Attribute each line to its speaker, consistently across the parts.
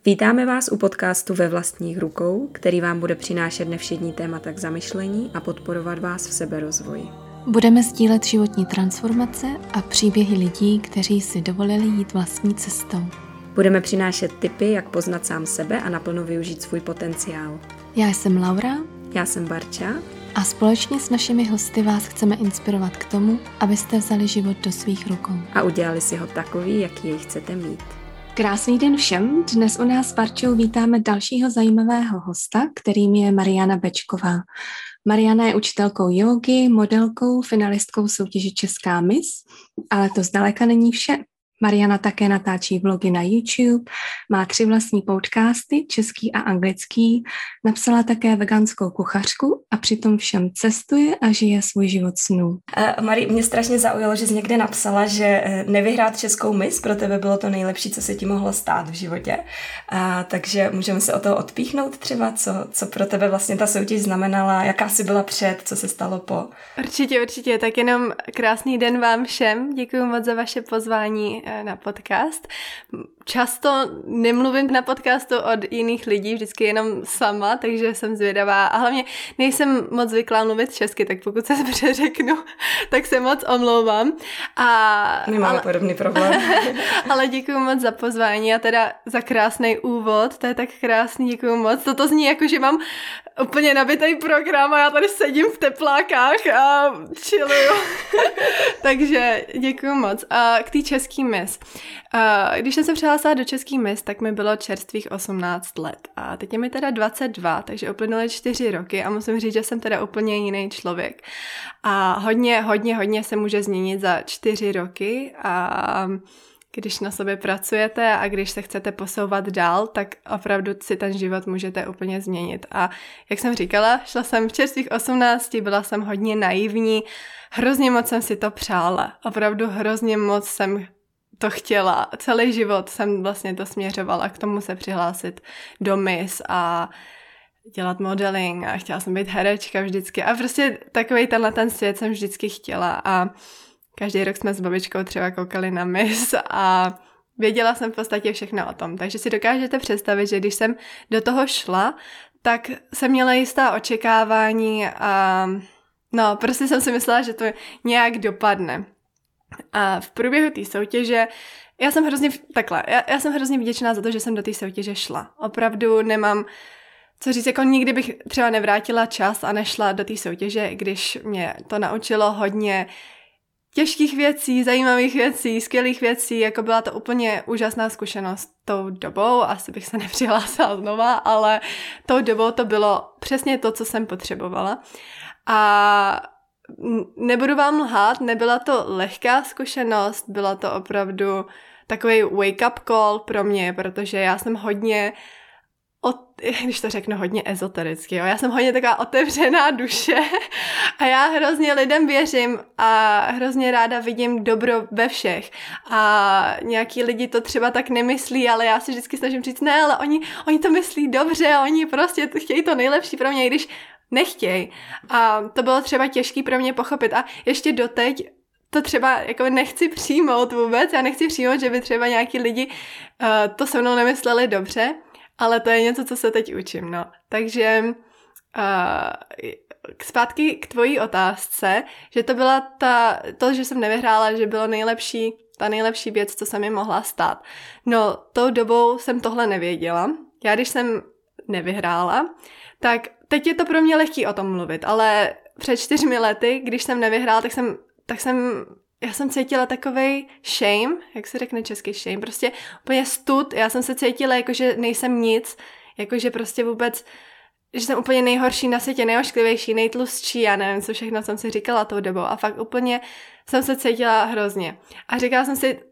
Speaker 1: Vítáme vás u podcastu Ve vlastních rukou, který vám bude přinášet nevšední témata k zamyšlení a podporovat vás v seberozvoji.
Speaker 2: Budeme sdílet životní transformace a příběhy lidí, kteří si dovolili jít vlastní cestou.
Speaker 1: Budeme přinášet tipy, jak poznat sám sebe a naplno využít svůj potenciál.
Speaker 2: Já jsem Laura.
Speaker 1: Já jsem Barča.
Speaker 2: A společně s našimi hosty vás chceme inspirovat k tomu, abyste vzali život do svých rukou.
Speaker 1: A udělali si ho takový, jaký jej chcete mít.
Speaker 2: Krásný den všem. Dnes u nás s Barčou vítáme dalšího zajímavého hosta, kterým je Mariana Bečková. Mariana je učitelkou jógy, modelkou, finalistkou soutěže Česká Miss, ale to zdaleka není vše. Mariana také natáčí vlogy na YouTube, má 3 vlastní podcasty, český a anglický, napsala také veganskou kuchařku a přitom všem cestuje a žije svůj život snů.
Speaker 1: Marie, mě strašně zaujalo, že jsi někde napsala, že nevyhrát Českou Miss pro tebe bylo to nejlepší, co se ti mohlo stát v životě. Takže můžeme se o toho odpíchnout třeba, co pro tebe vlastně ta soutěž znamenala, jaká jsi byla před, co se stalo po.
Speaker 3: Určitě, tak jenom krásný den vám všem, děkuji moc za vaše pozvání na podcast. Často nemluvím na podcastu od jiných lidí, vždycky jenom sama, takže jsem zvědavá a hlavně nejsem moc zvyklá mluvit česky, tak pokud se přeřeknu, tak se moc omlouvám.
Speaker 1: Nemáme podobný problém.
Speaker 3: Ale děkuji moc za pozvání a teda za krásný úvod, to je tak krásný, děkuji moc. Toto zní jako, že mám úplně nabitý program a já tady sedím v teplákách a chilluju. Takže děkuji moc. A k té Český Miss. Když jsem se přihlásila do Český Miss, tak mi bylo čerstvých 18 let. A teď je mi teda 22, takže uplynuly 4 roky a musím říct, že jsem teda úplně jiný člověk. A hodně se může změnit za 4 roky a když na sobě pracujete a když se chcete posouvat dál, tak opravdu si ten život můžete úplně změnit. A jak jsem říkala, šla jsem v čerstvých 18, byla jsem hodně naivní, hrozně moc jsem si to přála. Opravdu hrozně moc jsem to chtěla. Celý život jsem vlastně to směřovala k tomu se přihlásit do Miss a dělat modeling a chtěla jsem být herečka vždycky. A prostě takovej ten svět jsem vždycky chtěla a každý rok jsme s babičkou třeba koukali na Miss a věděla jsem v podstatě všechno o tom. Takže si dokážete představit, že když jsem do toho šla, tak jsem měla jistá očekávání a prostě jsem si myslela, že to nějak dopadne. A v průběhu té soutěže já jsem hrozně vděčná za to, že jsem do té soutěže šla. Opravdu nemám co říct, jako nikdy bych třeba nevrátila čas a nešla do té soutěže, když mě to naučilo hodně těžkých věcí, zajímavých věcí, skvělých věcí, jako byla to úplně úžasná zkušenost tou dobou, asi bych se nepřihlásila znova, ale tou dobou to bylo přesně to, co jsem potřebovala. A nebudu vám lhát, nebyla to lehká zkušenost, byla to opravdu takový wake-up call pro mě, protože já jsem hodně když to řeknu hodně ezotericky, já jsem hodně taková otevřená duše a já hrozně lidem věřím a hrozně ráda vidím dobro ve všech a nějaký lidi to třeba tak nemyslí, ale já si vždycky snažím říct, ne, ale oni to myslí dobře, oni prostě chtějí to nejlepší pro mě, i když nechtějí. A to bylo třeba těžký pro mě pochopit a ještě doteď to třeba jako nechci přijmout vůbec, já nechci přijmout, že by třeba nějaký lidi to se mnou nemysleli dobře, ale to je něco, co se teď učím, no. Takže zpátky k tvojí otázce, že to byla to, že jsem nevyhrála, že bylo ta nejlepší věc, co se mi mohla stát. No, tou dobou jsem tohle nevěděla. Já když jsem nevyhrála, tak teď je to pro mě lehký o tom mluvit, ale před 4 lety, když jsem nevyhrála, já jsem cítila takovej shame, jak se řekne česky shame, prostě úplně stud, já jsem se cítila jako, že nejsem nic, jako, že prostě vůbec, že jsem úplně nejhorší na světě, nejošklivější, nejtlustší, já nevím, co všechno jsem si říkala tou dobou a fakt úplně jsem se cítila hrozně. A říkala jsem si,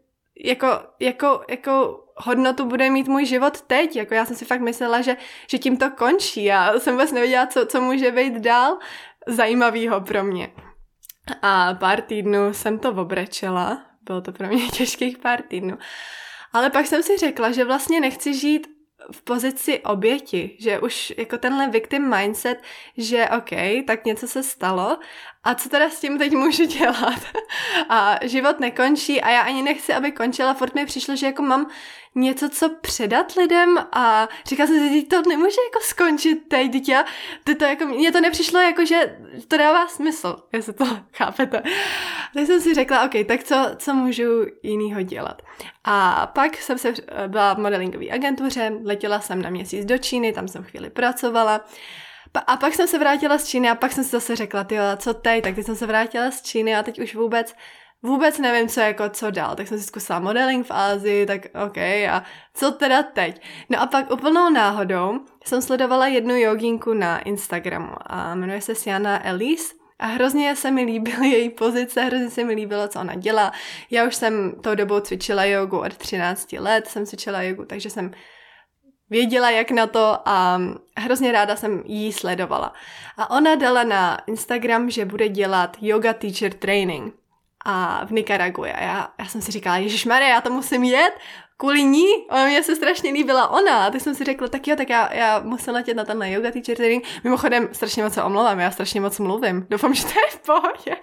Speaker 3: jako hodnotu bude mít můj život teď, jako já jsem si fakt myslela, že tím to končí, já jsem vůbec nevěděla, co může být dál zajímavého pro mě. A pár týdnů jsem to obrečela, bylo to pro mě těžkých pár týdnů. Ale pak jsem si řekla, že vlastně nechci žít v pozici oběti, že už jako tenhle victim mindset, že OK, tak něco se stalo a co teda s tím teď můžu dělat? A život nekončí a já ani nechci, aby končila, furt mi přišlo, že jako mám něco, co předat lidem a říkala jsem si, to nemůže jako skončit teď, mně to nepřišlo jako, že to dává smysl, jestli to chápete. Tak jsem si řekla, OK, tak co můžu jinýho dělat? A pak jsem byla v modelingové agentuře, letěla jsem na měsíc do Číny, tam jsem chvíli pracovala. A pak jsem se vrátila z Číny a pak jsem si zase řekla, co teď? Tak teď jsem se vrátila z Číny a teď už vůbec nevím, co dál. Tak jsem si zkusila modeling v Ázii, tak OK, a co teda teď? No a pak úplnou náhodou jsem sledovala jednu jogínku na Instagramu a jmenuje se Siana Elise a hrozně se mi líbily její pozice, hrozně se mi líbilo, co ona dělá. Já už jsem tou dobou cvičila jogu od 13 let, jsem cvičila jogu, takže jsem věděla, jak na to a hrozně ráda jsem jí sledovala. A ona dala na Instagram, že bude dělat yoga teacher training a v Nikaraguji. A já jsem si říkala, ježišmarja, já to musím jet kvůli ní. Mně se strašně líbila ona. A tak jsem si řekla, tak jo, tak já musím letět na tenhle yoga teacher training. Mimochodem, strašně moc se omlouvám, já strašně moc mluvím. Doufám, že to je v pohodě.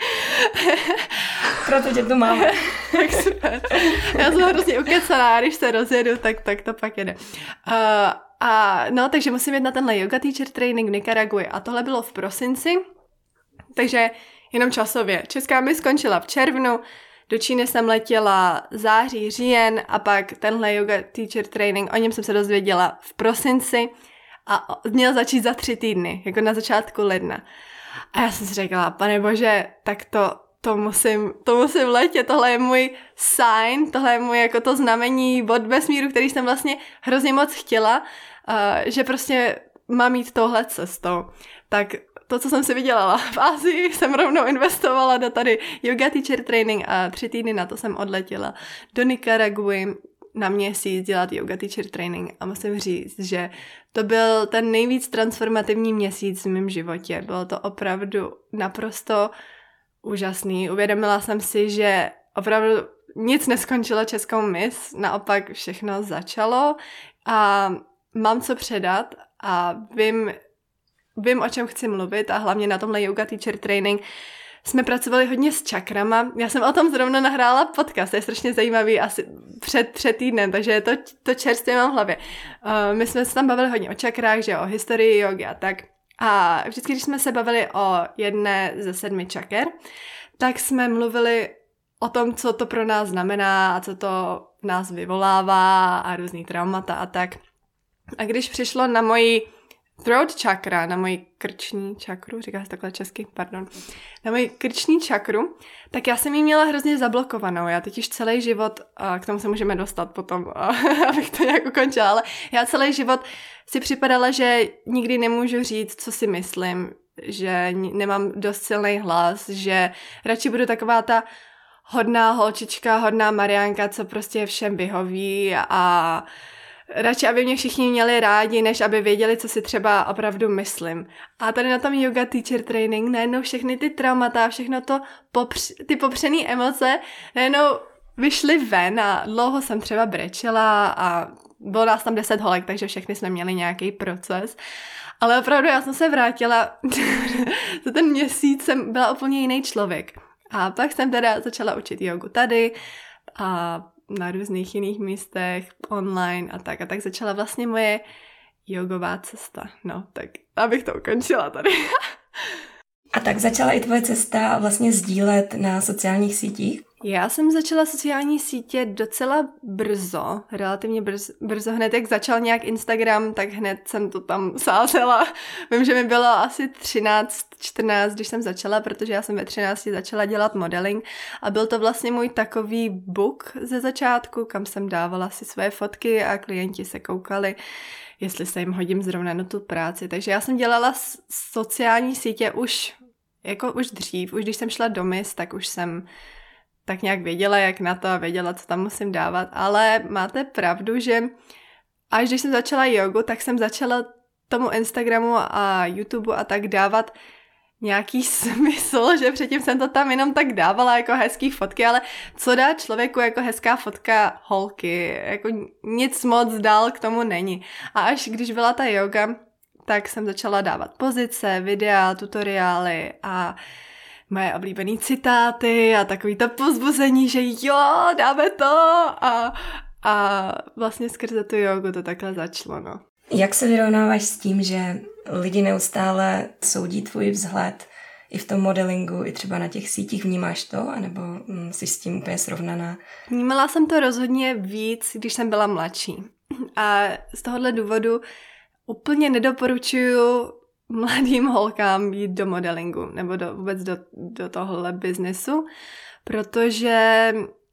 Speaker 1: Proto tě tu máme.
Speaker 3: Tak super. Já jsem hrozně ukecaná, když se rozjedu, tak to pak jede. Takže musím jít na tenhle yoga teacher training v Nikaraguji. A tohle bylo v prosinci, takže jenom časově. Česká mi skončila v červnu, do Číny jsem letěla září, říjen a pak tenhle yoga teacher training, o něm jsem se dozvěděla v prosinci a měl začít za 3 týdny, jako na začátku ledna. A já jsem si řekla, pane bože, tak to musím letět, tohle je můj sign, tohle je můj jako to znamení od vesmíru, který jsem vlastně hrozně moc chtěla, že prostě mám jít touhle cestou. Tak to, co jsem si vydělala v Asii, jsem rovnou investovala do tady yoga teacher training a 3 týdny na to jsem odletěla do Nikaraguji na měsíc dělat yoga teacher training a musím říct, že to byl ten nejvíc transformativní měsíc v mém životě. Bylo to opravdu naprosto úžasný. Uvědomila jsem si, že opravdu nic neskončilo českou miss, naopak všechno začalo a mám co předat a vím, o čem chci mluvit a hlavně na tomhle yoga teacher training jsme pracovali hodně s čakrama. Já jsem o tom zrovna nahrála podcast, je strašně zajímavý, asi před týdnem, takže to čerstvě mám v hlavě. My jsme se tam bavili hodně o čakrách, že o historii jogy a tak. A vždycky, když jsme se bavili o jedné ze 7 čaker, tak jsme mluvili o tom, co to pro nás znamená a co to v nás vyvolává a různý traumata a tak. A když přišlo na moji throat chakra, na moji krční čakru, říká se takhle česky, pardon, na moji krční čakru, tak já jsem ji měla hrozně zablokovanou. Já totiž celý život, k tomu se můžeme dostat potom, abych to nějak ukončila, ale já celý život si připadala, že nikdy nemůžu říct, co si myslím, že nemám dost silný hlas, že radši budu taková ta hodná holčička, hodná Mariánka, co prostě všem vyhoví a radši, aby mě všichni měli rádi, než aby věděli, co si třeba opravdu myslím. A tady na tom yoga teacher training najednou všechny ty traumata, všechno to, ty popřené emoce najednou vyšly ven a dlouho jsem třeba brečela a bylo nás tam 10 holek, takže všechny jsme měli nějaký proces. Ale opravdu já jsem se vrátila, za ten měsíc jsem byla úplně jiný člověk. A pak jsem teda začala učit jogu tady a na různých jiných místech, online a tak začala vlastně moje jogová cesta. No, tak abych to ukončila tady.
Speaker 1: A tak začala i tvoje cesta vlastně sdílet na sociálních sítích?
Speaker 3: Já jsem začala sociální sítě docela brzo, relativně brzo. Hned jak začal nějak Instagram, tak hned jsem to tam sázela. Vím, že mi bylo asi 13-14, když jsem začala, protože já jsem ve 13 začala dělat modeling a byl to vlastně můj takový book ze začátku, kam jsem dávala si své fotky a klienti se koukali, jestli se jim hodím zrovna na tu práci. Takže já jsem dělala sociální sítě už dřív, už když jsem šla do MIS, tak už jsem tak nějak věděla, jak na to a věděla, co tam musím dávat, ale máte pravdu, že až když jsem začala jogu, tak jsem začala tomu Instagramu a YouTube a tak dávat nějaký smysl, že předtím jsem to tam jenom tak dávala jako hezký fotky, ale co dá člověku jako hezká fotka holky, jako nic moc dál k tomu není. A až když byla ta yoga, tak jsem začala dávat pozice, videa, tutoriály a moje oblíbený citáty a takový to povzbuzení, že jo, dáme to a vlastně skrze tu jogu to takhle začalo, no.
Speaker 1: Jak se vyrovnáváš s tím, že lidi neustále soudí tvůj vzhled i v tom modelingu, i třeba na těch sítích, vnímáš to, anebo jsi s tím úplně srovnaná?
Speaker 3: Vnímala jsem to rozhodně víc, když jsem byla mladší. A z tohohle důvodu úplně nedoporučuju mladým holkám jít do modelingu nebo vůbec do tohohle biznesu, protože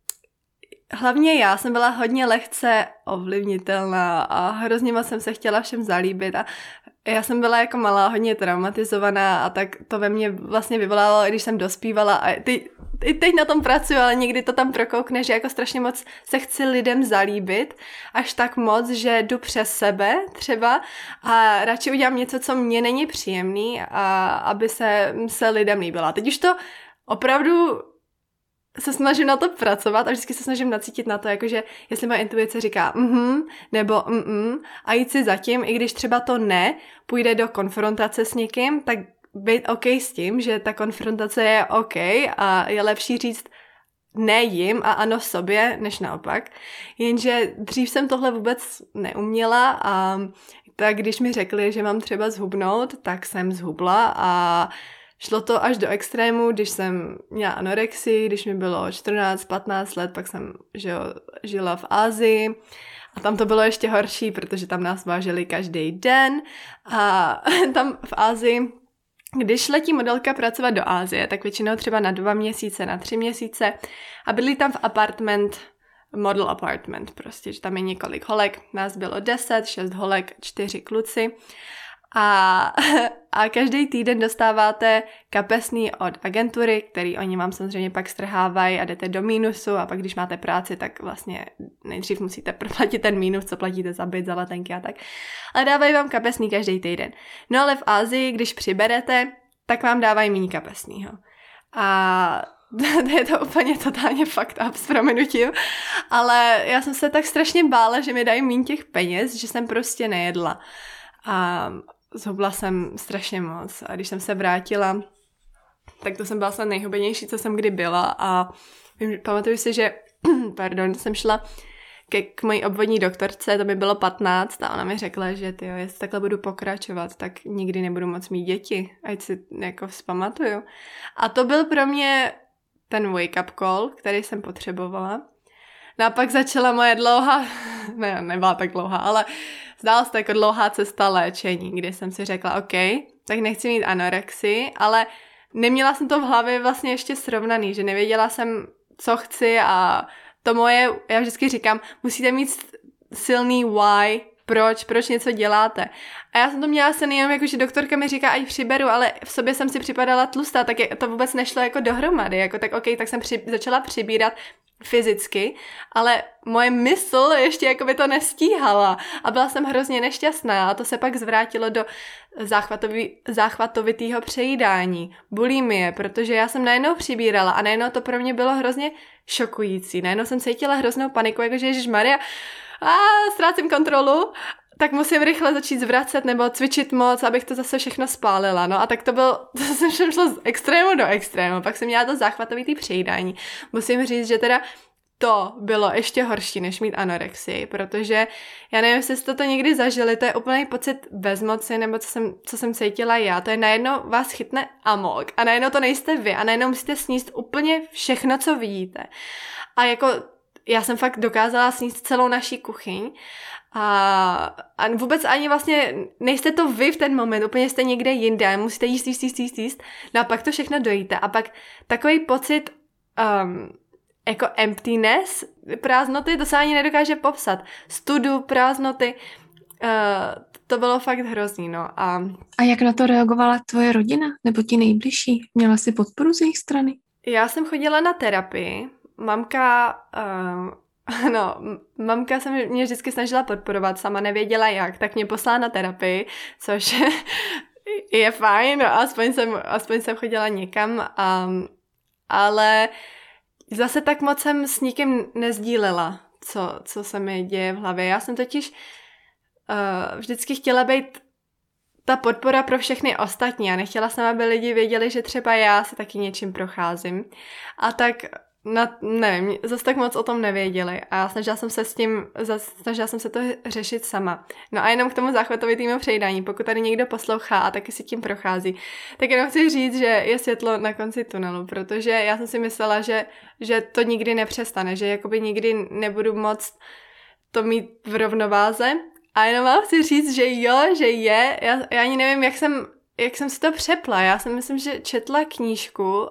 Speaker 3: hlavně já jsem byla hodně lehce ovlivnitelná a hrozně moc jsem se chtěla všem zalíbit a já jsem byla jako malá hodně traumatizovaná a tak to ve mně vlastně vyvolalo, když jsem dospívala a i teď na tom pracuji, ale někdy to tam prokoukne, že jako strašně moc se chci lidem zalíbit, až tak moc, že jdu přes sebe třeba a radši udělám něco, co mně není příjemný a aby se lidem líbila. Teď už to opravdu se snažím na to pracovat a vždycky se snažím nacítit na to, jakože jestli moje intuice říká nebo a jít si zatím, i když třeba to půjde do konfrontace s někým, tak být OK s tím, že ta konfrontace je OK a je lepší říct ne jim a ano sobě, než naopak. Jenže dřív jsem tohle vůbec neuměla a tak když mi řekli, že mám třeba zhubnout, tak jsem zhubla a šlo to až do extrému, když jsem měla anorexii, když mi bylo 14-15 let, pak jsem žila v Asii a tam to bylo ještě horší, protože tam nás vážili každý den a tam v Asii, když letí modelka pracovat do Asie, tak většinou třeba na 2 měsíce, na 3 měsíce a byli tam v model apartment prostě, že tam je několik holek, nás bylo 10, 6 holek, 4 kluci. A každý týden dostáváte kapesný od agentury, který oni vám samozřejmě pak strhávají a jdete do mínusu a pak když máte práci, tak vlastně nejdřív musíte proplatit ten mínus, co platíte za byt, za letenky a tak. Ale dávají vám kapesný každý týden. No ale v Asii, když přiberete, tak vám dávají méně kapesnýho. A je to úplně totálně fucked up s prominutím, ale já jsem se tak strašně bála, že mi dají méně těch peněz, že jsem prostě nejedla. A zhubla jsem strašně moc a když jsem se vrátila, tak to jsem byla snad nejhubenější, co jsem kdy byla a pamatuju si, že jsem šla k mojí obvodní doktorce, to mi bylo 15 a ona mi řekla, že jestli takhle budu pokračovat, tak nikdy nebudu moc mít děti, ať si jako vzpamatuju. A to byl pro mě ten wake-up call, který jsem potřebovala. No a pak začala moje nebyla tak dlouhá, ale zdála se to jako dlouhá cesta léčení, kdy jsem si řekla, OK, tak nechci mít anorexii, ale neměla jsem to v hlavě vlastně ještě srovnaný, že nevěděla jsem, co chci a to moje, já vždycky říkám, musíte mít silný why, proč něco děláte. A já jsem to měla silný jenom jako, že doktorka mi říká, ať přiberu, ale v sobě jsem si připadala tlustá, tak to vůbec nešlo jako dohromady, jako tak OK, tak jsem začala přibírat fyzicky, ale moje mysl ještě jako by to nestíhala a byla jsem hrozně nešťastná a to se pak zvrátilo do záchvatovitýho přejídání, bulimie, protože já jsem najednou přibírala a najednou to pro mě bylo hrozně šokující. Najednou jsem cítila hroznou paniku, jakože ježišmarja, ztrácím kontrolu, tak musím rychle začít zvracet nebo cvičit moc, abych to zase všechno spálila. No a tak to jsem šla z extrému do extrému, pak jsem měla to záchvatovitý přejídání. Musím říct, že teda to bylo ještě horší, než mít anorexii, protože já nevím, jestli jste to někdy zažili, to je úplný pocit bezmoci, nebo co jsem cítila já, to je najednou vás chytne amok a najednou to nejste vy a najednou musíte sníst úplně všechno, co vidíte. A jako já jsem fakt dokázala sníst celou naší kuchyň a vůbec ani vlastně nejste to vy v ten moment, úplně jste někde jinde, musíte jíst, no a pak to všechno dojíte a pak takový pocit jako emptiness, prázdnoty, to se ani nedokáže popsat. Studu, prázdnoty, to bylo fakt hrozný, no.
Speaker 2: A jak na to reagovala tvoje rodina, nebo ti nejbližší? Měla jsi podporu z jejich strany?
Speaker 3: Já jsem chodila na terapii, mamka se mě vždycky snažila podporovat, sama nevěděla jak, tak mě poslala na terapii, což je fajn, no, aspoň jsem chodila někam, ale zase tak moc jsem s nikým nezdílela, co se mi děje v hlavě. Já jsem totiž vždycky chtěla být ta podpora pro všechny ostatní a nechtěla jsem, aby lidi věděli, že třeba já se taky něčím procházím. A tak, nevím, zase tak moc o tom nevěděli a snažila jsem se to řešit sama. No a jenom k tomu záchvatovitému přejídání, pokud tady někdo poslouchá a taky si tím prochází, tak jenom chci říct, že je světlo na konci tunelu, protože já jsem si myslela, že to nikdy nepřestane, že jakoby nikdy nebudu moct to mít v rovnováze. A jenom vám chci říct, že jo, že je. Já ani nevím, jak jsem si to přepla. Já jsem myslím, že četla knížku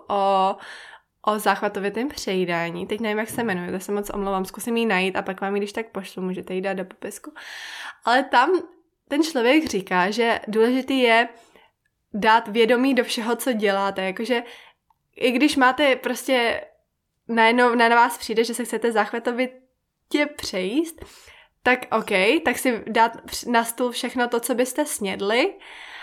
Speaker 3: o záchvatovitém přejídání. Teď nevím, jak se jmenuje, to se moc omlouvám. Zkusím ji najít a pak vám ji když tak pošlu, můžete ji dát do popisku. Ale tam ten člověk říká, že důležitý je dát vědomí do všeho, co děláte. Jakože i když máte prostě najednou na vás přijde, že se chcete záchvatovitě přejíst, tak OK, tak si dát na stůl všechno to, co byste snědli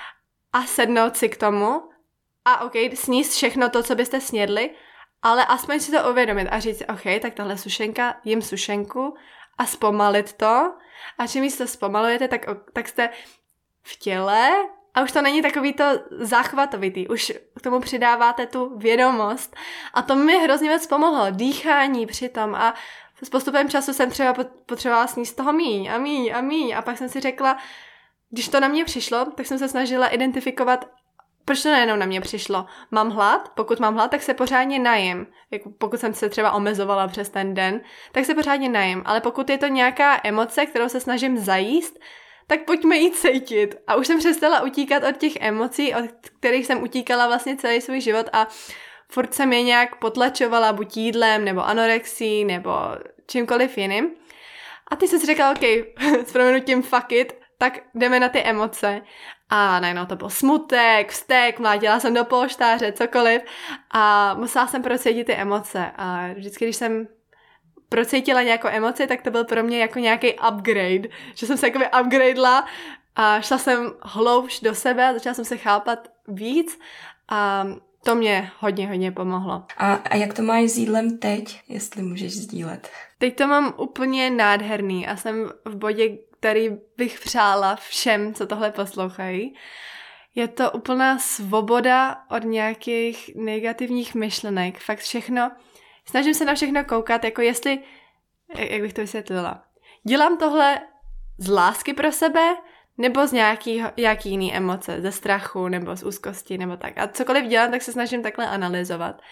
Speaker 3: a sednout si k tomu a OK, sníst všechno to, co byste snědli, ale aspoň si to uvědomit a říct, OK, tak tahle sušenka, jim sušenku a zpomalit to a čím víc to zpomalujete, tak jste v těle a už to není takový to záchvatovitý, už k tomu přidáváte tu vědomost a to mi hrozně moc pomohlo, dýchání přitom a s postupem času jsem třeba potřebovala sníst toho míň a pak jsem si řekla, když to na mě přišlo, tak jsem se snažila identifikovat, proč to nejenom na mě přišlo. Mám hlad? Pokud mám hlad, tak se pořádně najím. Pokud jsem se třeba omezovala přes ten den, tak se pořádně najím. Ale pokud je to nějaká emoce, kterou se snažím zajíst, tak pojďme jí cítit. A už jsem přestala utíkat od těch emocí, od kterých jsem utíkala vlastně celý svůj život a furt jsem je nějak potlačovala buď jídlem, nebo anorexí, nebo čímkoliv jiným. A ty jsi si řekla, OK, s proměnutím fuck it, tak jdeme na ty emoce. A najednou to byl smutek, vztek, mlátila jsem do polštáře, cokoliv. A musela jsem procítit ty emoce. A vždycky, když jsem procítila nějakou emoci, tak to byl pro mě jako nějaký upgrade. Že jsem se jakoby upgradela a šla jsem hloubš do sebe a začala jsem se chápat víc. A to mě hodně pomohlo.
Speaker 1: A jak to máš s jídlem teď, jestli můžeš sdílet?
Speaker 3: Teď to mám úplně nádherný a jsem v bodě, který bych přála všem, co tohle poslouchají. Je to úplná svoboda od nějakých negativních myšlenek. Fakt všechno, snažím se na všechno koukat, jako jestli, jak bych to vysvětlila. Dělám tohle z lásky pro sebe, nebo z nějaký jiný emoce, ze strachu, nebo z úzkosti, nebo tak. A cokoliv dělám, tak se snažím takhle analyzovat.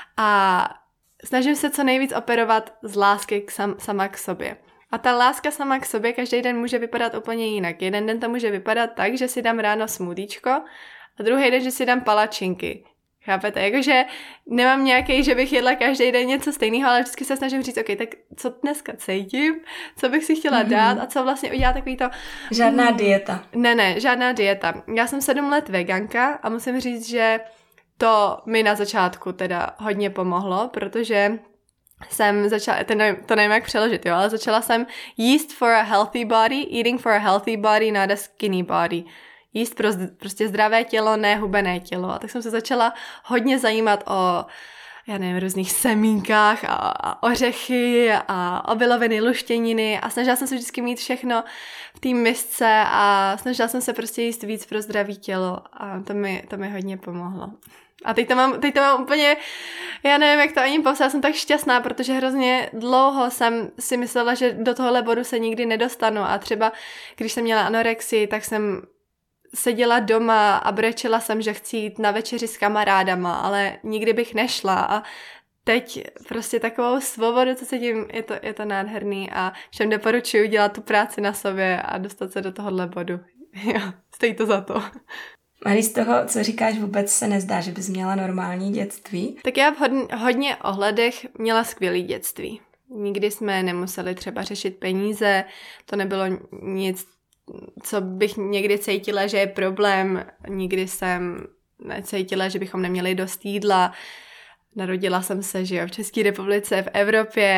Speaker 3: A snažím se co nejvíc operovat z lásky sama k sobě. A ta láska sama k sobě každý den může vypadat úplně jinak. Jeden den to může vypadat tak, že si dám ráno smoothíčko a druhý den, že si dám palačinky. Chápete? Jakože nemám nějaký, že bych jedla každý den něco stejného, ale vždycky se snažím říct, OK, tak co dneska cítím, co bych si chtěla dát a co vlastně udělat takový to...
Speaker 1: Žádná dieta.
Speaker 3: Ne, žádná dieta. Já jsem 7 let veganka a musím říct, že to mi na začátku teda hodně pomohlo, protože jsem začala, to nevím jak přeložit, jo, ale začala jsem jíst for a healthy body, eating for a healthy body, not a skinny body. Jíst prostě zdravé tělo, ne hubené tělo. A tak jsem se začala hodně zajímat o, já nevím, různých semínkách a ořechy a obiloviny, luštěniny a snažila jsem se vždycky mít všechno v té misce a snažila jsem se prostě jíst víc pro zdravé tělo a to mi hodně pomohlo. A teď to mám úplně, já nevím, jak to ani popsat, jsem tak šťastná, protože hrozně dlouho jsem si myslela, že do tohohle bodu se nikdy nedostanu a třeba, když jsem měla anorexii, tak jsem seděla doma a brečela jsem, že chci jít na večeři s kamarádama, ale nikdy bych nešla a teď prostě takovou svobodu, co se tím, je to nádherný a všem doporučuji dělat tu práci na sobě a dostat se do tohohle bodu. Jo, stojí to za to.
Speaker 1: A z toho, co říkáš, vůbec se nezdá, že bys měla normální dětství?
Speaker 3: Tak já v hodně ohledech měla skvělé dětství. Nikdy jsme nemuseli třeba řešit peníze, to nebylo nic, co bych někdy cítila, že je problém. Nikdy jsem necítila, že bychom neměli dost jídla. Narodila jsem se, že jo, v České republice, v Evropě,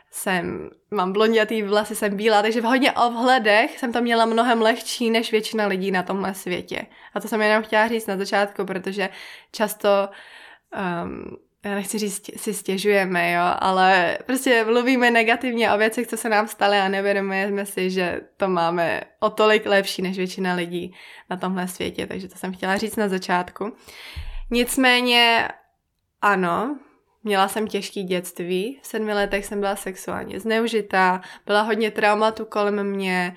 Speaker 3: mám blondětý vlasy, jsem bílá, takže v hodně ohledech jsem to měla mnohem lehčí než většina lidí na tomhle světě. A to jsem jenom chtěla říct na začátku, protože často, já nechci říct, si stěžujeme, jo, ale prostě mluvíme negativně o věcech, co se nám staly a nevědomujeme si, že to máme o tolik lepší než většina lidí na tomhle světě, takže to jsem chtěla říct na začátku. Nicméně, ano, měla jsem těžký dětství, v 7 letech jsem byla sexuálně zneužitá, byla hodně traumatu kolem mě,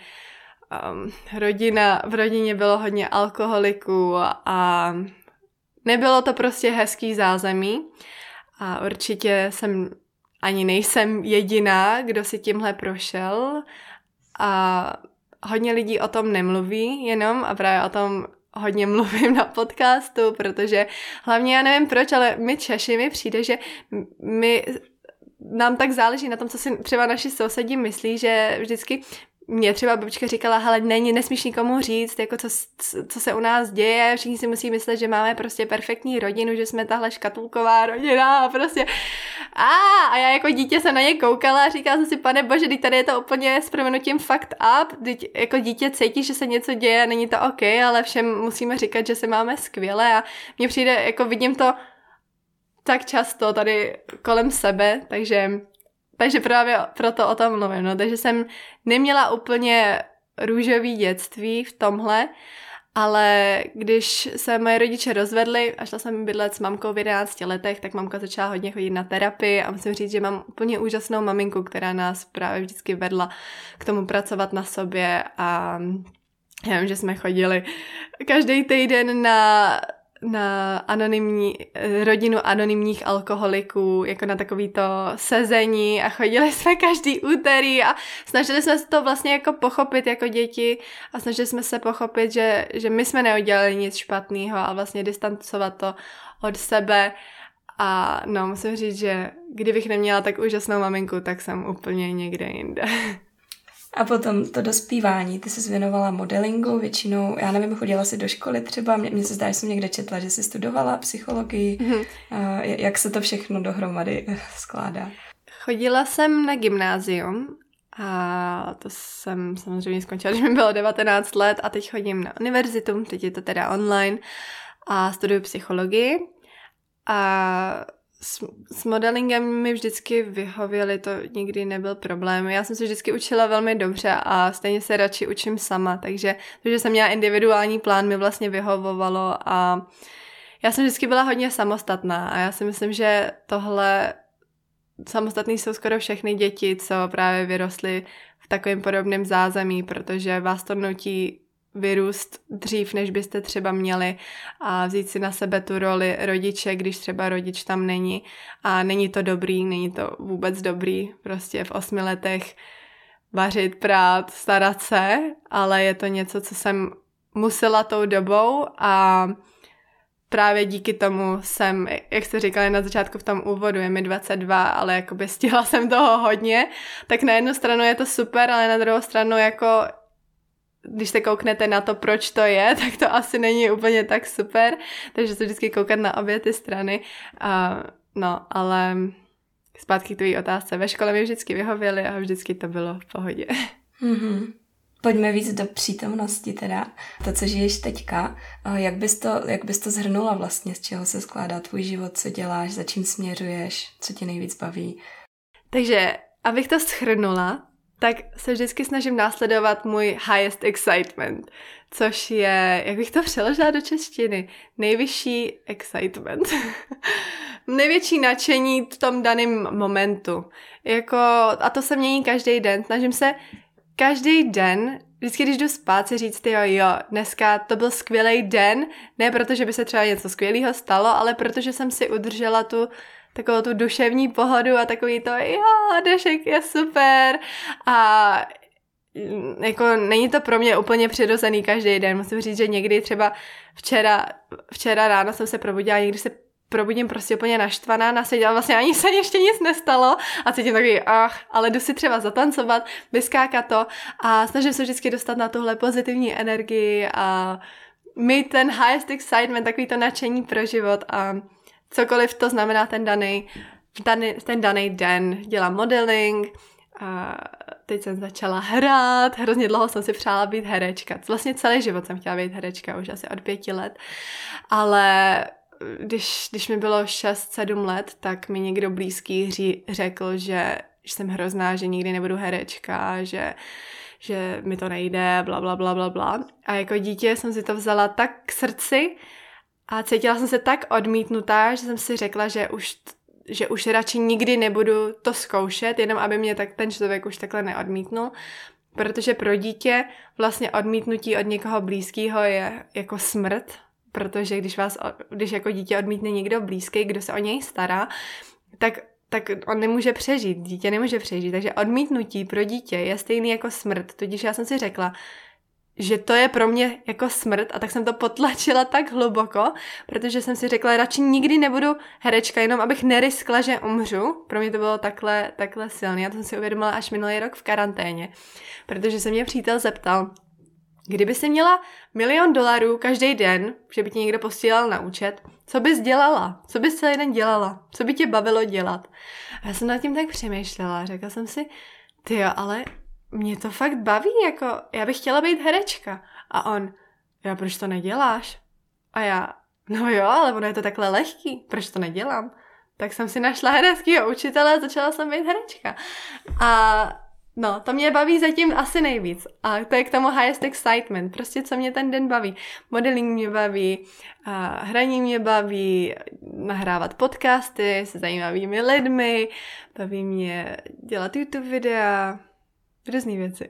Speaker 3: v rodině bylo hodně alkoholiků a nebylo to prostě hezký zázemí a určitě ani nejsem jediná, kdo si tímhle prošel a hodně lidí o tom nemluví jenom a právě o tom hodně mluvím na podcastu, protože hlavně já nevím proč, ale my Češi mi přijde, že nám tak záleží na tom, co si třeba naši sousedi myslí, že vždycky mě třeba babička říkala, hele, nesmíš nikomu říct, jako co se u nás děje, všichni si musí myslet, že máme prostě perfektní rodinu, že jsme tahle škatulková rodina a prostě a já jako dítě jsem na ně koukala a říkala jsem si, pane bože, teď tady je to úplně s prominutím fucked up, teď jako dítě cítí, že se něco děje a není to OK, ale všem musíme říkat, že se máme skvěle a mně přijde, jako vidím to tak často tady kolem sebe, takže právě proto o tom mluvím, no. Takže jsem neměla úplně růžový dětství v tomhle, ale když se moje rodiče rozvedli a šla jsem bydlet s mamkou v 11 letech, tak mamka začala hodně chodit na terapii a musím říct, že mám úplně úžasnou maminku, která nás právě vždycky vedla k tomu pracovat na sobě a já vím, že jsme chodili každý týden na rodinu anonymních alkoholiků, jako na takovýto sezení a chodili jsme každý úterý a snažili jsme se to vlastně jako pochopit jako děti a snažili jsme se pochopit, že my jsme neudělali nic špatného a vlastně distancovat to od sebe a no, musím říct, že kdybych neměla tak úžasnou maminku, tak jsem úplně někde jinde.
Speaker 1: A potom to dospívání, ty jsi věnovala modelingu většinou, já nevím, chodila jsi do školy třeba, mně se zdá, že jsem někde četla, že jsi studovala psychologii, jak se to všechno dohromady skládá?
Speaker 3: Chodila jsem na gymnázium a to jsem samozřejmě skončila, když mi bylo 19 let a teď chodím na univerzitu, teď je to teda online a studuju psychologii a s modelingem mi vždycky vyhověly, to nikdy nebyl problém. Já jsem se vždycky učila velmi dobře a stejně se radši učím sama, takže že jsem měla individuální plán, mi vlastně vyhovovalo a já jsem vždycky byla hodně samostatná a já si myslím, že tohle samostatný jsou skoro všechny děti, co právě vyrostly v takovém podobném zázemí, protože vás to nutí vyrůst dřív, než byste třeba měli a vzít si na sebe tu roli rodiče, když třeba rodič tam není a není to dobrý, není to vůbec dobrý, prostě v 8 letech vařit, prát, starat se, ale je to něco, co jsem musela tou dobou a právě díky tomu jsem, jak jste říkali na začátku v tom úvodu, je mi 22, ale jakoby stihla jsem toho hodně, tak na jednu stranu je to super, ale na druhou stranu jako když se kouknete na to, proč to je, tak to asi není úplně tak super, takže se vždycky koukat na obě ty strany. No, ale zpátky k tvý otázce. Ve škole mi vždycky vyhověly a vždycky to bylo v pohodě.
Speaker 1: Mm-hmm. Pojďme víc do přítomnosti teda. To, co žiješ teďka, jak bys to shrnula vlastně, z čeho se skládá tvůj život, co děláš, za čím směřuješ, co tě nejvíc baví?
Speaker 3: Takže, abych to shrnula, tak se vždycky snažím následovat můj highest excitement, což je, jak bych to přeložila do češtiny, nejvyšší excitement. Největší nadšení v tom daném momentu. A to se mění každý den. Snažím se každý den, vždycky když jdu spát, si říct, jo, dneska to byl skvělý den, ne protože by se třeba něco skvělého stalo, ale protože jsem si udržela takovou tu duševní pohodu a takový to, dnešek je super a jako není to pro mě úplně přirozený každý den. Musím říct, že někdy třeba včera ráno jsem se probudila, někdy se probudím prostě úplně naštvaná, naseděla, vlastně ani se ještě nic nestalo a cítím takový, ale jdu si třeba zatancovat, vyskákat to a snažím se vždycky dostat na tuhle pozitivní energii a mít ten highest excitement, takový to nadšení pro život a cokoliv to znamená ten daný ten daný den dělám modeling, a teď jsem začala hrát, hrozně dlouho jsem si přála být herečka. Vlastně celý život jsem chtěla být herečka, už asi od 5 let, ale když mi bylo 6-7 let, tak mi někdo blízký řekl, že jsem hrozná, že nikdy nebudu herečka, že mi to nejde, bla, bla, bla, bla, bla. A jako dítě jsem si to vzala tak k srdci a cítila jsem se tak odmítnutá, že jsem si řekla, že už radši nikdy nebudu to zkoušet, jenom aby mě tak ten člověk už takhle neodmítnul, protože pro dítě vlastně odmítnutí od někoho blízkého je jako smrt, protože když jako dítě odmítne někdo blízký, kdo se o něj stará, tak on nemůže přežít, dítě nemůže přežít, takže odmítnutí pro dítě je stejný jako smrt, tudíž já jsem si řekla, že to je pro mě jako smrt a tak jsem to potlačila tak hluboko, protože jsem si řekla, radši nikdy nebudu herečka, jenom abych neriskla, že umřu. Pro mě to bylo takhle silné. Já to jsem si uvědomila až minulý rok v karanténě, protože se mě přítel zeptal, kdyby si měla $1 000 000 každý den, že by ti někdo posílal na účet, co bys dělala? Co bys celý den dělala? Co by tě bavilo dělat? A já jsem nad tím tak přemýšlela. Řekla jsem si, tyjo, ale mě to fakt baví, jako já bych chtěla být herečka. A on, jo, proč to neděláš? A já, no jo, ale ono je to takhle lehký, proč to nedělám? Tak jsem si našla hereckýho učitele a začala jsem být herečka. A no, to mě baví zatím asi nejvíc. A to je k tomu highest excitement. Prostě co mě ten den baví. Modeling mě baví, hraní mě baví, nahrávat podcasty se zajímavými lidmi, baví mě dělat YouTube videa, různý věci.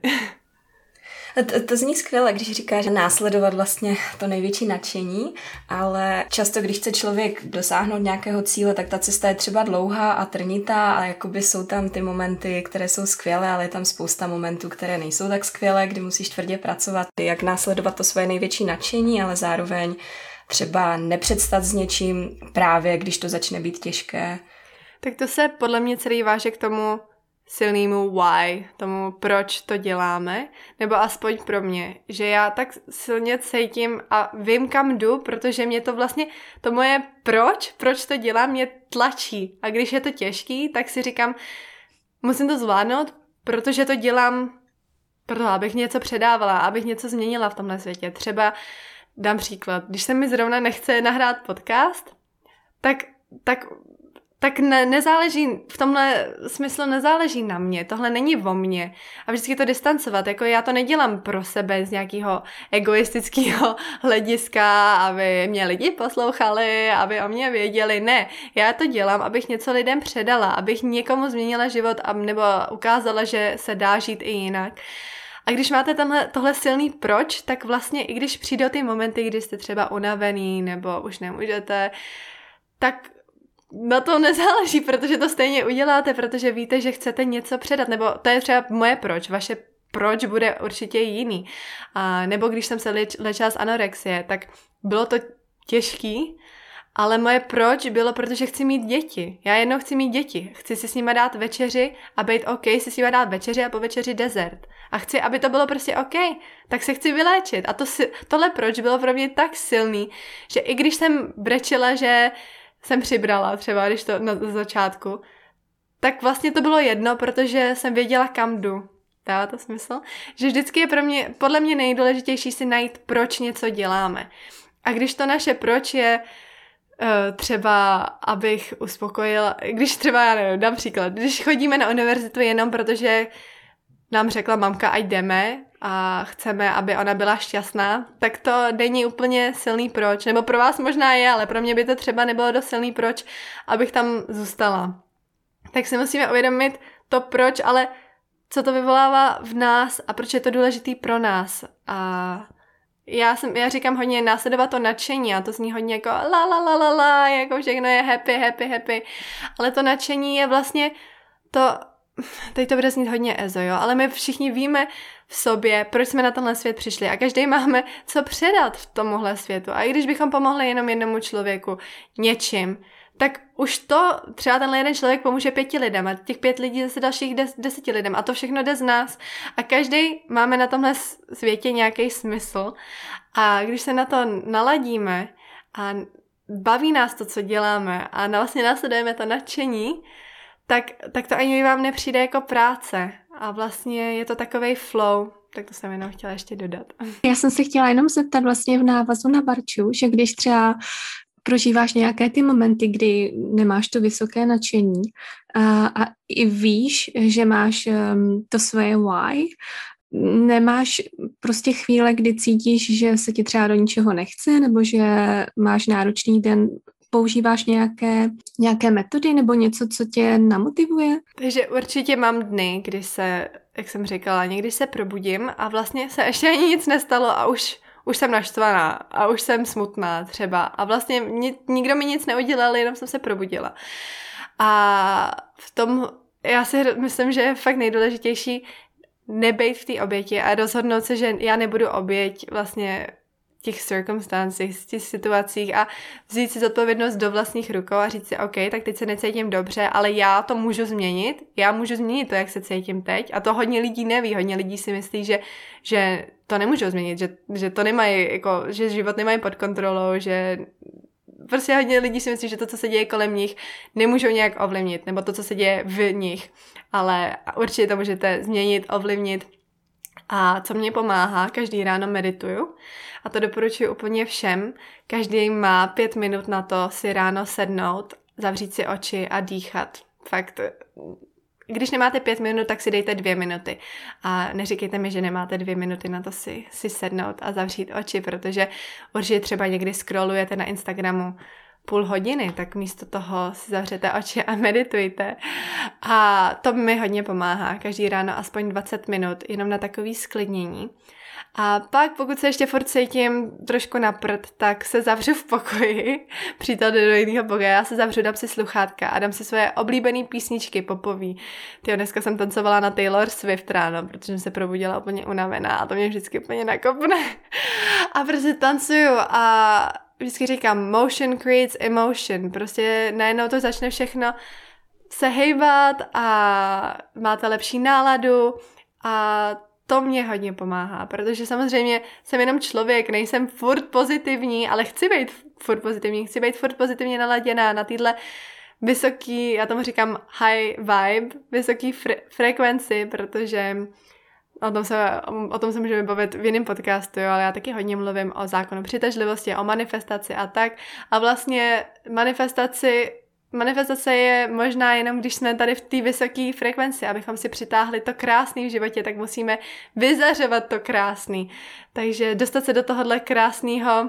Speaker 1: To zní skvěle, když říkáš, že následovat vlastně to největší nadšení, ale často, když chce člověk dosáhnout nějakého cíle, tak ta cesta je třeba dlouhá a trnitá a jakoby jsou tam ty momenty, které jsou skvělé, ale je tam spousta momentů, které nejsou tak skvělé, kdy musíš tvrdě pracovat, jak následovat to svoje největší nadšení, ale zároveň třeba nepředstat s něčím právě, když to začne být těžké.
Speaker 3: Tak to se podle mě celý váže k tomu silnému why, tomu proč to děláme, nebo aspoň pro mě, že já tak silně cítím a vím, kam jdu, protože mě to vlastně, to moje proč to dělám, mě tlačí. A když je to těžký, tak si říkám, musím to zvládnout, protože to dělám proto, abych něco předávala, abych něco změnila v tomhle světě. Třeba dám příklad, když se mi zrovna nechce nahrát podcast, tak nezáleží, v tomhle smyslu nezáleží na mě, tohle není o mně. A vždycky to distancovat, jako já to nedělám pro sebe z nějakého egoistického hlediska, aby mě lidi poslouchali, aby o mě věděli, ne. Já to dělám, abych něco lidem předala, abych někomu změnila život nebo ukázala, že se dá žít i jinak. A když máte tohle silný proč, tak vlastně i když přijdou ty momenty, kdy jste třeba unavený nebo už nemůžete, tak na to nezáleží, protože to stejně uděláte, protože víte, že chcete něco předat, nebo to je třeba moje proč, vaše proč bude určitě jiný. A nebo když jsem se léčila z anorexie, tak bylo to těžký, ale moje proč bylo, protože chci mít děti. Já jednou chci mít děti. Chci si s nima dát večeři a být OK, si s nima dát večeři a po večeři dezert. A chci, aby to bylo prostě OK, tak se chci vyléčit. A tohle proč bylo pro mě tak silný, že i když jsem brečela, že jsem přibrala třeba, když to na začátku, tak vlastně to bylo jedno, protože jsem věděla, kam jdu. Dává to smysl? Že vždycky je podle mě nejdůležitější si najít, proč něco děláme. A když to naše proč je třeba, abych uspokojila, když třeba, já nevím, dám příklad, když chodíme na univerzitu jenom protože nám řekla mamka, ať jdeme a chceme, aby ona byla šťastná, tak to není úplně silný proč. Nebo pro vás možná je, ale pro mě by to třeba nebylo dost silný proč, abych tam zůstala. Tak si musíme uvědomit to proč, ale co to vyvolává v nás a proč je to důležitý pro nás. A já říkám hodně následovat to nadšení a to zní hodně jako la, jako všechno je happy, ale to nadšení je vlastně to, teď to bude znít hodně ezo, jo, ale my všichni víme v sobě, proč jsme na tenhle svět přišli a každý máme co předat v tomuhle světu. A i když bychom pomohli jenom jednomu člověku něčím, tak už to třeba tenhle jeden člověk pomůže 5 lidem a těch 5 lidí zase dalších 10 lidem a to všechno jde z nás. A každý máme na tomhle světě nějaký smysl a když se na to naladíme a baví nás to, co děláme a vlastně následujeme to nadšení, tak to ani vám nepřijde jako práce a vlastně je to takovej flow. Tak to jsem jenom chtěla ještě dodat.
Speaker 2: Já jsem se chtěla jenom zeptat vlastně v návazu na Barču, že když třeba prožíváš nějaké ty momenty, kdy nemáš to vysoké nadšení a i víš, že máš to svoje why, nemáš prostě chvíle, kdy cítíš, že se ti třeba do ničeho nechce, nebo že máš náročný den, používáš nějaké metody nebo něco, co tě namotivuje?
Speaker 3: Takže určitě mám dny, kdy se, jak jsem říkala, někdy se probudím a vlastně se ještě ani nic nestalo a už jsem naštvaná a už jsem smutná třeba a vlastně nikdo mi nic neudělal, jenom jsem se probudila. A v tom já si myslím, že je fakt nejdůležitější nebejt v té oběti a rozhodnout se, že já nebudu oběť vlastně těch circumstances, těch situacích a vzít si zodpovědnost do vlastních rukou a říct si, OK, tak teď se necítím dobře, ale já to můžu změnit, já můžu změnit to, jak se cítím teď a to hodně lidí neví, hodně lidí si myslí, že to nemůžou změnit, že to nemají, jako, že život nemají pod kontrolou, že prostě hodně lidí si myslí, že to, co se děje kolem nich, nemůžou nějak ovlivnit, nebo to, co se děje v nich, ale určitě to můžete změnit, ovlivnit. A co mě pomáhá, každý ráno medituju a to doporučuji úplně všem. Každý má 5 minut na to si ráno sednout, zavřít si oči a dýchat. Fakt, když nemáte 5 minut, tak si dejte 2 minuty. A neříkejte mi, že nemáte 2 minuty na to si sednout a zavřít oči, protože určitě třeba někdy scrollujete na Instagramu půl hodiny, tak místo toho si zavřete oči a meditujte. A to mi hodně pomáhá. Každý ráno aspoň 20 minut, jenom na takový sklidnění. A pak, pokud se ještě furt cítím trošku na prd, tak se zavřu v pokoji, přítel jde do jiného pokoje, já se zavřu, dám si sluchátka a dám si svoje oblíbené písničky popový. Dneska jsem tancovala na Taylor Swift ráno, protože jsem se probudila úplně unavená a to mě vždycky úplně nakopne. A prostě tancuju a vždycky říkám, motion creates emotion, prostě najednou to začne všechno se hejbat a máte lepší náladu a to mě hodně pomáhá, protože samozřejmě jsem jenom člověk, nejsem furt pozitivní, ale chci být furt pozitivně naladěná na téhle vysoký, já tomu říkám high vibe, vysoký frekvenci, protože o tom se můžeme bavit v jiném podcastu, jo, ale já taky hodně mluvím o zákonu přitažlivosti, o manifestaci a tak. A vlastně manifestace je možná jenom, když jsme tady v té vysoké frekvenci, abychom si přitáhli to krásný v životě, tak musíme vyzařovat to krásný. Takže dostat se do tohohle krásného,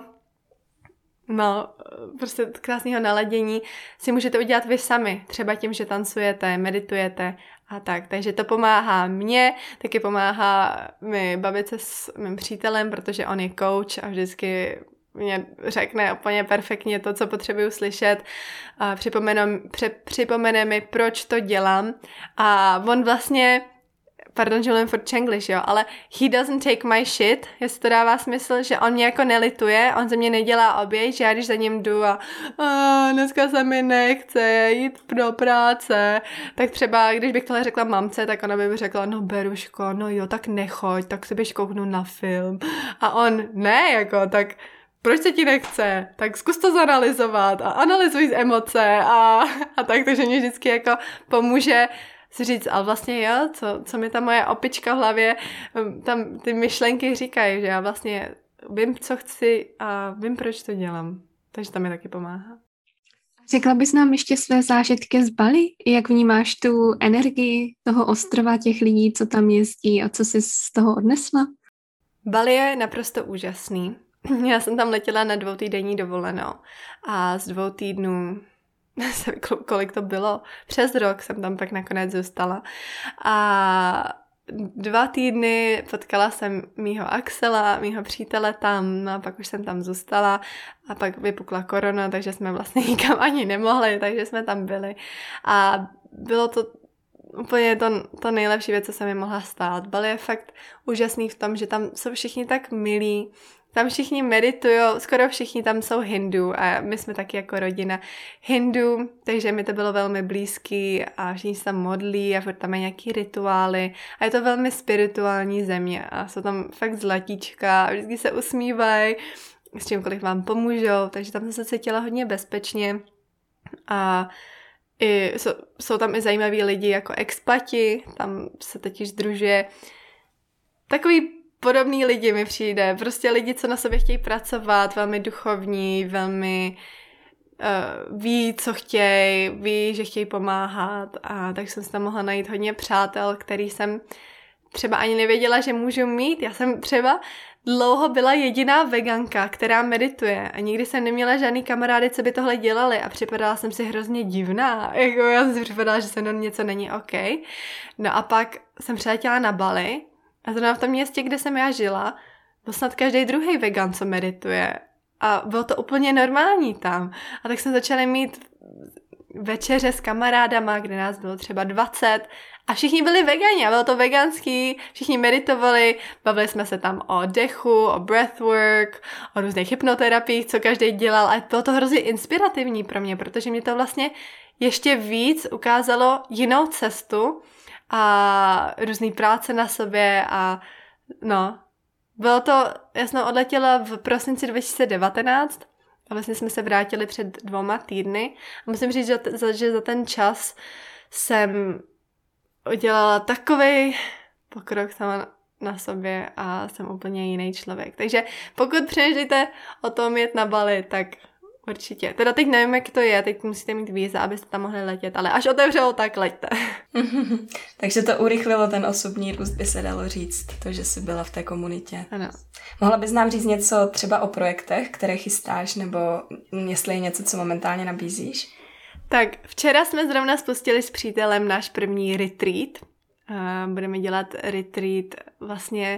Speaker 3: prostě krásného naladění si můžete udělat vy sami, třeba tím, že tancujete, meditujete a tak. Takže to pomáhá mně, taky pomáhá mi bavit se s mým přítelem, protože on je coach a vždycky mě řekne úplně perfektně to, co potřebuju slyšet. A připomene mi, proč to dělám. A on vlastně, pardon, že mluvím furt čenglish, jo, ale he doesn't take my shit, jestli to dává smysl, že on mě jako nelituje, on ze mě nedělá oběť, že já když za ním jdu a dneska se mi nechce jít do práce, tak třeba, když bych tohle řekla mamce, tak ona by mi řekla, no Beruško, no jo, tak nechoď, tak si běž kouknu na film. A on, ne, jako, tak proč se ti nechce? Tak zkus to zanalyzovat a analyzuj z emoce a tak, takže mě vždycky jako pomůže si říct, ale vlastně jo, co mi ta moje opička v hlavě, tam ty myšlenky říkají, že já vlastně vím, co chci a vím, proč to dělám. Takže to mi taky pomáhá.
Speaker 2: Řekla bys nám ještě své zážitky z Bali? Jak vnímáš tu energii toho ostrova, těch lidí, co tam jezdí a co jsi z toho odnesla?
Speaker 3: Bali je naprosto úžasný. Já jsem tam letěla na 2týdenní dovolenou a z 2 týdnů, kolik to bylo, přes rok jsem tam pak nakonec zůstala a 2 týdny potkala jsem mýho Axela, mýho přítele tam, no a pak už jsem tam zůstala a pak vypukla korona, takže jsme vlastně nikam ani nemohli, takže jsme tam byli a bylo to úplně to nejlepší věc, co se mi mohla stát. Bali je fakt úžasný v tom, že tam jsou všichni tak milí, tam všichni meditujou, skoro všichni tam jsou Hindu a my jsme taky jako rodina Hindu, takže mi to bylo velmi blízký a všichni se tam modlí a furt tam mají nějaký rituály a je to velmi spirituální země a jsou tam fakt zlatíčka a vždycky se usmívají s čímkoliv vám pomůžou, takže tam jsem se cítila hodně bezpečně a jsou tam i zajímaví lidi jako expati, tam se totiž sdružuje takový podobný lidi mi přijde, prostě lidi, co na sobě chtějí pracovat, velmi duchovní, velmi ví, co chtějí, ví, že chtějí pomáhat a tak jsem si tam mohla najít hodně přátel, který jsem třeba ani nevěděla, že můžu mít. Já jsem třeba dlouho byla jediná veganka, která medituje a nikdy jsem neměla žádný kamarády, co by tohle dělali a připadala jsem si hrozně divná. Jako já jsem si připadala, že se mnou něco není OK. No a pak jsem přiletěla na Bali a zrovna v tom městě, kde jsem já žila, byl snad každý druhý vegan, co medituje. A bylo to úplně normální tam. A tak jsme začali mít večeře s kamarádama, kde nás bylo třeba 20 a všichni byli vegani a bylo to veganský, všichni meditovali, bavili jsme se tam o dechu, o breathwork, o různých hypnoterapiích, co každý dělal a bylo to hrozně inspirativní pro mě, protože mě to vlastně ještě víc ukázalo jinou cestu a různý práce na sobě a no, bylo to, já jsem odletěla v prosinci 2019 a vlastně jsme se vrátili před 2 týdny a musím říct, že za ten čas jsem udělala takovej pokrok sama na sobě a jsem úplně jiný člověk. Takže pokud přemýšlíte o tom jet na Bali, tak určitě. Teda teď nevím, jak to je, teď musíte mít víza, abyste tam mohli letět, ale až otevřelo, tak leďte.
Speaker 1: Takže to urychlilo ten osobní růst, by se dalo říct, to, že jsi byla v té komunitě.
Speaker 3: Ano.
Speaker 1: Mohla bys nám říct něco třeba o projektech, které chystáš, nebo jestli je něco, co momentálně nabízíš?
Speaker 3: Tak včera jsme zrovna spustili s přítelem náš první retreat. Budeme dělat retreat, vlastně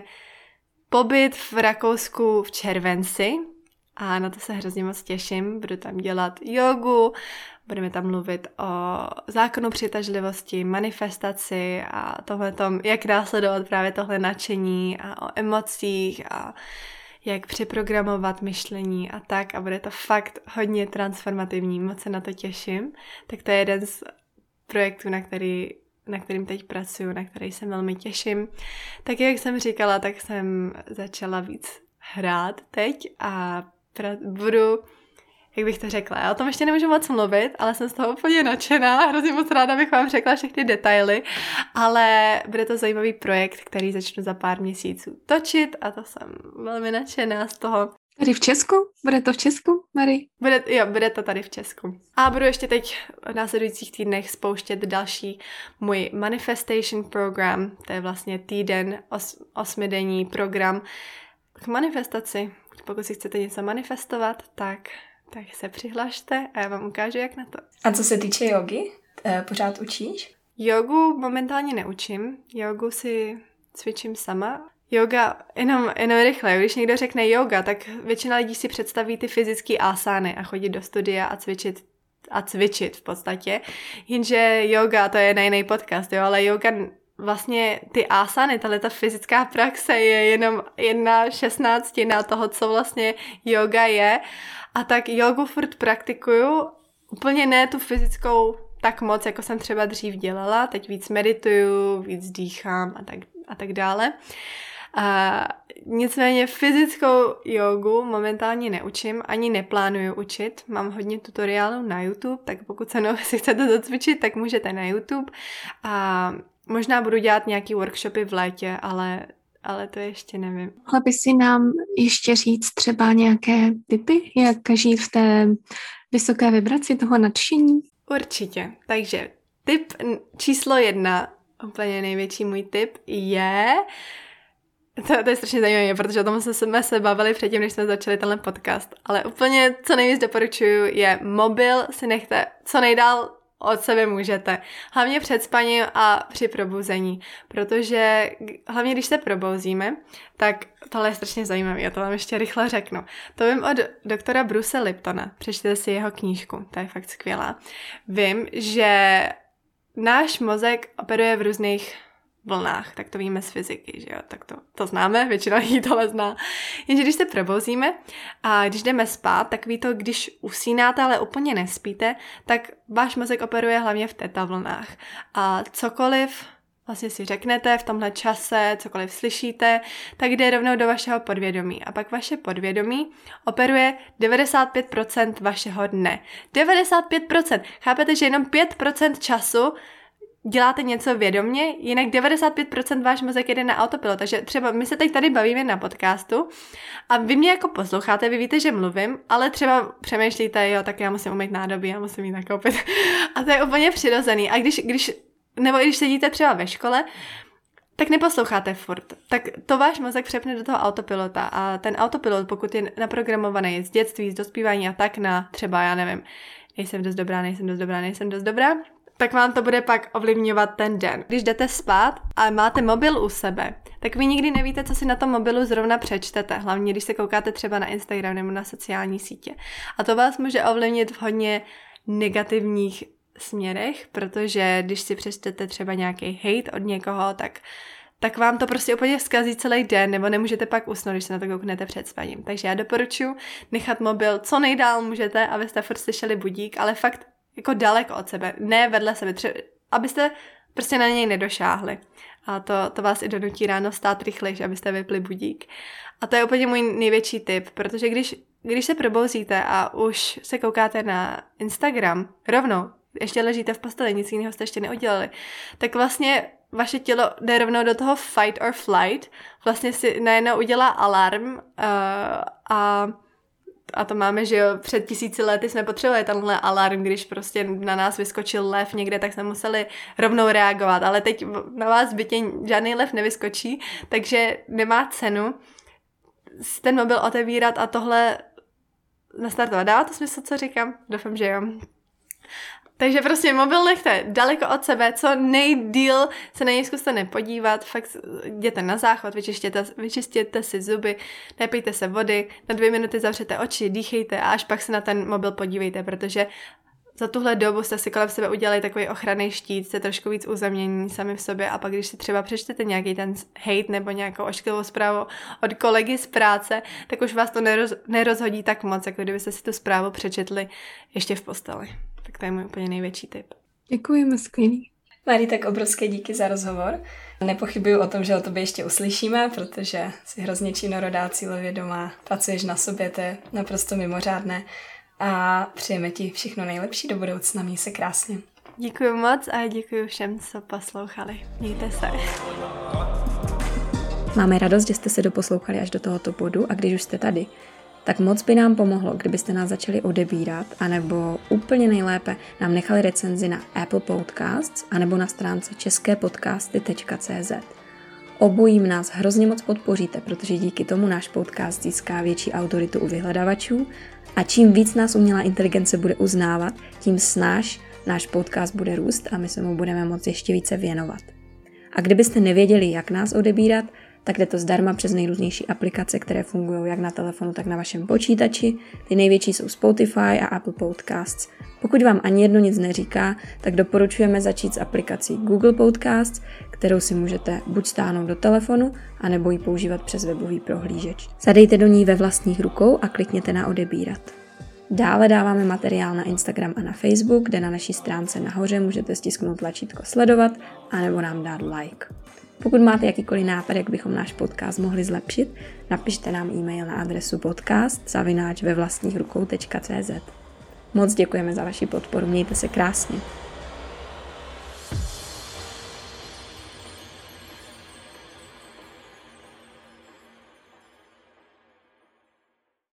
Speaker 3: pobyt v Rakousku v červenci a na to se hrozně moc těším. Budu tam dělat jogu, budeme tam mluvit o zákonu přitažlivosti, manifestaci a tohletom, jak následovat právě tohle nadšení a o emocích a jak přeprogramovat myšlení a tak a bude to fakt hodně transformativní, moc se na to těším. Tak to je jeden z projektů, na kterým teď pracuju, na který se velmi těším. Tak jak jsem říkala, tak jsem začala víc hrát teď a budu, jak bych to řekla, já o tom ještě nemůžu moc mluvit, ale jsem z toho úplně nadšená, hrozně moc ráda bych vám řekla všechny detaily, ale bude to zajímavý projekt, který začnu za pár měsíců točit a to jsem velmi nadšená z toho.
Speaker 2: Tady v Česku? Bude to v Česku, Marie?
Speaker 3: Bude to tady v Česku. A budu ještě teď v následujících týdnech spouštět další můj manifestation program, to je vlastně týden, 8denní program k manifestaci. Pokud si chcete něco manifestovat, tak se přihlašte a já vám ukážu, jak na to.
Speaker 1: A co se týče jogy, pořád učíš?
Speaker 3: Jogu momentálně neučím, jogu si cvičím sama. Yoga, jenom rychle, když někdo řekne yoga, tak většina lidí si představí ty fyzické asány a chodit do studia a cvičit v podstatě. Jenže yoga, to je na jiný podcast, jo, ale yoga vlastně ty asány, ta fyzická praxe je jenom 1/16 toho, co vlastně yoga je. A tak jogu furt praktikuju, úplně ne tu fyzickou tak moc, jako jsem třeba dřív dělala, teď víc medituju, víc dýchám a tak dále. A nicméně fyzickou jogu momentálně neučím, ani neplánuju učit. Mám hodně tutoriálů na YouTube, tak pokud si chcete zacvičit, tak můžete na YouTube. A možná budu dělat nějaký workshopy v létě, ale to ještě nevím.
Speaker 2: Mohla by si nám ještě říct třeba nějaké tipy, jak žít v té vysoké vibraci toho nadšení?
Speaker 3: Určitě. Takže tip číslo 1, úplně největší můj tip je... To je strašně zajímavé, protože o tom jsme se bavili předtím, než jsme začali tenhle podcast. Ale úplně co nejvíc doporučuju je mobil si nechte co nejdál od sebe můžete. Hlavně před spaním a při probuzení. Protože hlavně když se probouzíme, tak tohle je strašně zajímavé. Já to vám ještě rychle řeknu. To vím od doktora Bruce Liptona. Přečtěte si jeho knížku. To je fakt skvělá. Vím, že náš mozek operuje v různých vlnách, tak to víme z fyziky, že jo, tak to známe, většina lidí tohle zná. Jenže když se probouzíme a když jdeme spát, tak ví to, když usínáte, ale úplně nespíte, tak váš mozek operuje hlavně v teta vlnách. A cokoliv, vlastně si řeknete v tomhle čase, cokoliv slyšíte, tak jde rovnou do vašeho podvědomí. A pak vaše podvědomí operuje 95% vašeho dne. 95%! Chápete, že jenom 5% času děláte něco vědomně, jinak 95% váš mozek jede na autopilot. Takže třeba my se teď tady bavíme na podcastu a vy mě jako posloucháte, vy víte, že mluvím, ale třeba přemýšlíte, jo, tak já musím umýt nádobí, já musím jít nakoupit. A to je úplně přirozený. A nebo i když sedíte třeba ve škole, tak neposloucháte furt. Tak to váš mozek přepne do toho autopilota a ten autopilot, pokud je naprogramovaný z dětství, z dospívání a tak na třeba, já nevím, nejsem dost dobrá, tak vám to bude pak ovlivňovat ten den. Když jdete spát a máte mobil u sebe, tak vy nikdy nevíte, co si na tom mobilu zrovna přečtete, hlavně když se koukáte třeba na Instagram nebo na sociální sítě. A to vás může ovlivnit v hodně negativních směrech, protože když si přečtete třeba nějaký hate od někoho, tak vám to prostě úplně zkazí celý den, nebo nemůžete pak usnout, když se na to kouknete před spaním. Takže já doporučuji nechat mobil co nejdál můžete, abyste furt slyšeli budík, ale fakt jako daleko od sebe, ne vedle sebe, abyste prostě na něj nedošáhli. A to vás i donutí ráno vstát rychlejš, abyste vypli budík. A to je úplně můj největší tip, protože když se probouzíte a už se koukáte na Instagram rovnou, ještě ležíte v posteli, nic jiného jste ještě neudělali, tak vlastně vaše tělo jde rovnou do toho fight or flight, vlastně si najednou udělá alarm a to máme, že jo, před 1000 lety jsme potřebovali tenhle alarm, když prostě na nás vyskočil lev někde, tak jsme museli rovnou reagovat, ale teď na vás bytě žádný lev nevyskočí, takže nemá cenu ten mobil otevírat a tohle nastartovat. Dává to smysl, co říkám? Doufám, že jo. Takže prostě mobil nechte daleko od sebe, co nejdýl se na něj zkuste nepodívat, fakt jděte na záchod, vyčistěte si zuby, napijte se vody, na 2 minuty zavřete oči, dýchejte a až pak se na ten mobil podívejte, protože za tuhle dobu jste si kolem sebe udělali takový ochranný štít, jste trošku víc uzemnění sami v sobě a pak když si třeba přečtete nějaký ten hate nebo nějakou ošklivou zprávu od kolegy z práce, tak už vás to nerozhodí tak moc, jako kdybyste si tu zprávu přečetli ještě v posteli. Tak to je můj úplně největší tip.
Speaker 2: Děkujeme, skvělý.
Speaker 1: Marí, tak obrovské díky za rozhovor. Nepochybuju o tom, že o tobě ještě uslyšíme, protože jsi hrozně činorodá, cílevědomá, pracuješ na sobě, to je naprosto mimořádné a přejeme ti všechno nejlepší do budoucna, měj se krásně.
Speaker 3: Děkuji moc a děkuji všem, co poslouchali. Mějte se.
Speaker 2: Máme radost, že jste se doposlouchali až do tohoto bodu a když už jste tady, tak moc by nám pomohlo, kdybyste nás začali odebírat, anebo úplně nejlépe nám nechali recenzi na Apple Podcasts, anebo na stránce česképodcasty.cz. Obojím nás hrozně moc podpoříte, protože díky tomu náš podcast získá větší autoritu u vyhledavačů a čím víc nás umělá inteligence bude uznávat, tím snáš náš podcast bude růst a my se mu budeme moct ještě více věnovat. A kdybyste nevěděli, jak nás odebírat, tak jde to zdarma přes nejrůznější aplikace, které fungují jak na telefonu, tak na vašem počítači. Ty největší jsou Spotify a Apple Podcasts. Pokud vám ani jedno nic neříká, tak doporučujeme začít s aplikací Google Podcasts, kterou si můžete buď stáhnout do telefonu, anebo ji používat přes webový prohlížeč. Zadejte do ní ve vlastních rukou a klikněte na odebírat. Dále dáváme materiál na Instagram a na Facebook, kde na naší stránce nahoře můžete stisknout tlačítko sledovat, anebo nám dát like. Pokud máte jakýkoliv nápad, jak bychom náš podcast mohli zlepšit, napište nám e-mail na adresu podcast@vevlastnichrukou.cz. Moc děkujeme za vaši podporu, mějte se krásně.